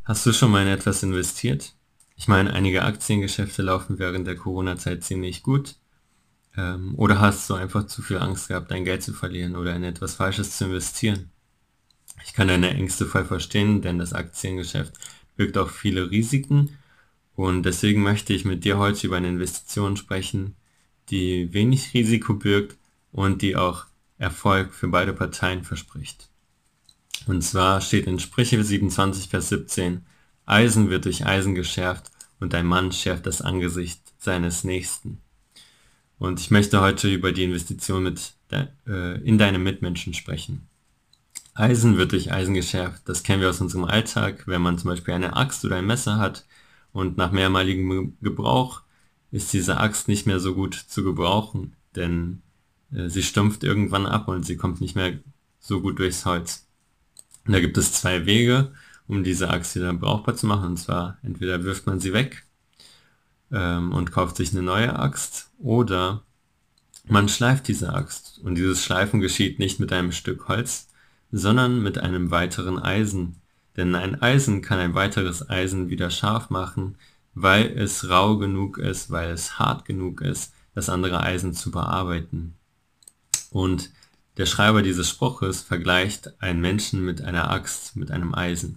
Hast du schon mal in etwas investiert? Ich meine, einige Aktiengeschäfte laufen während der Corona-Zeit ziemlich gut. Oder hast du einfach zu viel Angst gehabt, dein Geld zu verlieren oder in etwas Falsches zu investieren? Ich kann deine Ängste voll verstehen, denn das Aktiengeschäft birgt auch viele Risiken. Und deswegen möchte ich mit dir heute über eine Investition sprechen, die wenig Risiko birgt und die auch Erfolg für beide Parteien verspricht. Und zwar steht in Sprüche 27, Vers 17: Eisen wird durch Eisen geschärft und ein Mann schärft das Angesicht seines Nächsten. Und ich möchte heute über die Investition in deine Mitmenschen sprechen. Eisen wird durch Eisen geschärft. Das kennen wir aus unserem Alltag, wenn man zum Beispiel eine Axt oder ein Messer hat und nach mehrmaligem Gebrauch ist diese Axt nicht mehr so gut zu gebrauchen, denn sie stumpft irgendwann ab und sie kommt nicht mehr so gut durchs Holz. Und da gibt es zwei Wege, um diese Axt wieder brauchbar zu machen. Und zwar entweder wirft man sie weg und kauft sich eine neue Axt, oder man schleift diese Axt. Und dieses Schleifen geschieht nicht mit einem Stück Holz, sondern mit einem weiteren Eisen. Denn ein Eisen kann ein weiteres Eisen wieder scharf machen, weil es rau genug ist, weil es hart genug ist, das andere Eisen zu bearbeiten. Und der Schreiber dieses Spruches vergleicht einen Menschen mit einer Axt, mit einem Eisen.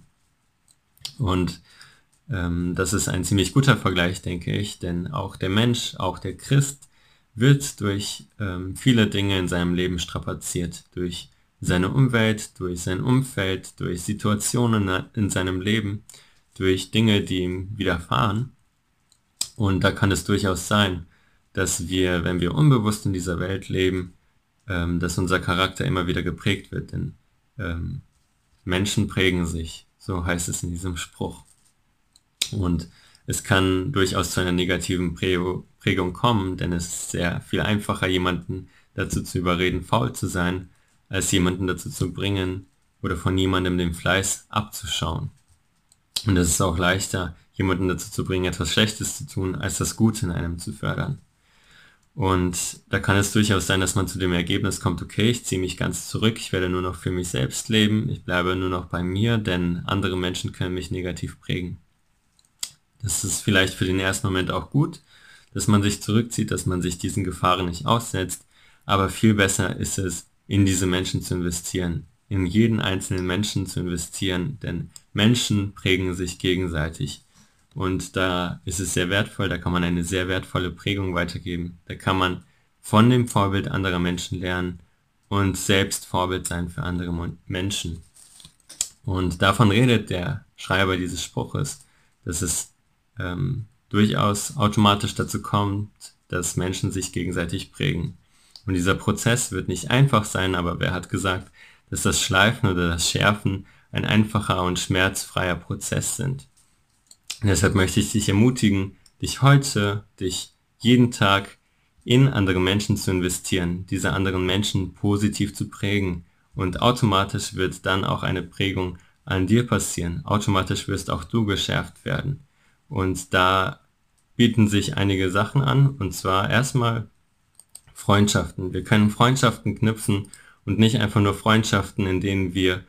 Und das ist ein ziemlich guter Vergleich, denke ich, denn auch der Mensch, auch der Christ, wird durch viele Dinge in seinem Leben strapaziert, durch seine Umwelt, durch sein Umfeld, durch Situationen in seinem Leben, durch Dinge, die ihm widerfahren. Und da kann es durchaus sein, dass wir, wenn wir unbewusst in dieser Welt leben, dass unser Charakter immer wieder geprägt wird, denn Menschen prägen sich, so heißt es in diesem Spruch. Und es kann durchaus zu einer negativen Prägung kommen, denn es ist sehr viel einfacher, jemanden dazu zu überreden, faul zu sein, als jemanden dazu zu bringen oder von jemandem den Fleiß abzuschauen. Und es ist auch leichter, jemanden dazu zu bringen, etwas Schlechtes zu tun, als das Gute in einem zu fördern. Und da kann es durchaus sein, dass man zu dem Ergebnis kommt: okay, ich ziehe mich ganz zurück, ich werde nur noch für mich selbst leben, ich bleibe nur noch bei mir, denn andere Menschen können mich negativ prägen. Das ist vielleicht für den ersten Moment auch gut, dass man sich zurückzieht, dass man sich diesen Gefahren nicht aussetzt, aber viel besser ist es, in diese Menschen zu investieren, in jeden einzelnen Menschen zu investieren, denn Menschen prägen sich gegenseitig. Und da ist es sehr wertvoll, da kann man eine sehr wertvolle Prägung weitergeben. Da kann man von dem Vorbild anderer Menschen lernen und selbst Vorbild sein für andere Menschen. Und davon redet der Schreiber dieses Spruches, dass es durchaus automatisch dazu kommt, dass Menschen sich gegenseitig prägen. Und dieser Prozess wird nicht einfach sein, aber wer hat gesagt, dass das Schleifen oder das Schärfen ein einfacher und schmerzfreier Prozess sind? Und deshalb möchte ich dich ermutigen, dich jeden Tag in andere Menschen zu investieren, diese anderen Menschen positiv zu prägen. Und automatisch wird dann auch eine Prägung an dir passieren. Automatisch wirst auch du geschärft werden. Und da bieten sich einige Sachen an, und zwar erstmal Freundschaften. Wir können Freundschaften knüpfen und nicht einfach nur Freundschaften, in denen wir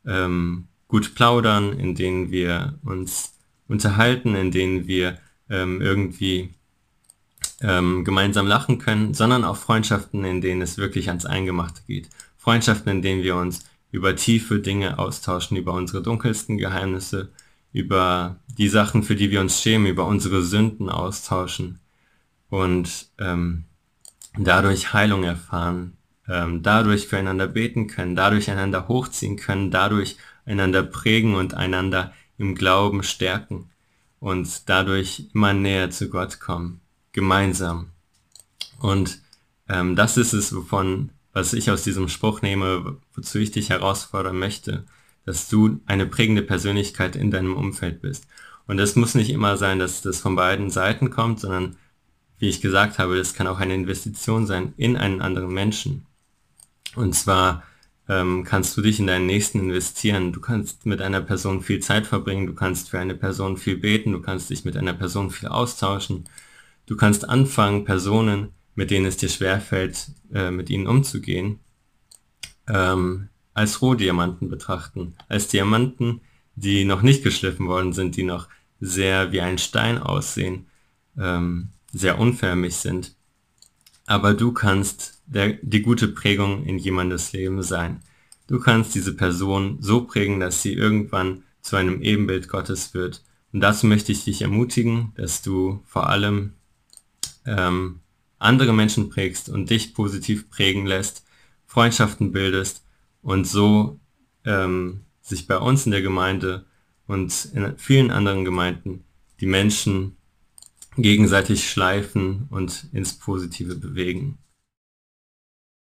gut plaudern, in denen wir uns unterhalten, in denen wir irgendwie gemeinsam lachen können, sondern auch Freundschaften, in denen es wirklich ans Eingemachte geht. Freundschaften, in denen wir uns über tiefe Dinge austauschen, über unsere dunkelsten Geheimnisse, über die Sachen, für die wir uns schämen, über unsere Sünden austauschen und dadurch Heilung erfahren, dadurch füreinander beten können, dadurch einander hochziehen können, dadurch einander prägen und einander im Glauben stärken und dadurch immer näher zu Gott kommen, gemeinsam. Und das ist es, was ich aus diesem Spruch nehme, wozu ich dich herausfordern möchte, dass du eine prägende Persönlichkeit in deinem Umfeld bist. Und es muss nicht immer sein, dass das von beiden Seiten kommt, sondern, wie ich gesagt habe, das kann auch eine Investition sein in einen anderen Menschen. Und zwar kannst du dich in deinen Nächsten investieren. Du kannst mit einer Person viel Zeit verbringen, du kannst für eine Person viel beten, du kannst dich mit einer Person viel austauschen. Du kannst anfangen, Personen, mit denen es dir schwerfällt, mit ihnen umzugehen, als Rohdiamanten betrachten. Als Diamanten, die noch nicht geschliffen worden sind, die noch sehr wie ein Stein aussehen, sehr unförmig sind. Aber du kannst die gute Prägung in jemandes Leben sein. Du kannst diese Person so prägen, dass sie irgendwann zu einem Ebenbild Gottes wird. Und dazu möchte ich dich ermutigen, dass du vor allem andere Menschen prägst und dich positiv prägen lässt, Freundschaften bildest und so sich bei uns in der Gemeinde und in vielen anderen Gemeinden die Menschen gegenseitig schleifen und ins Positive bewegen.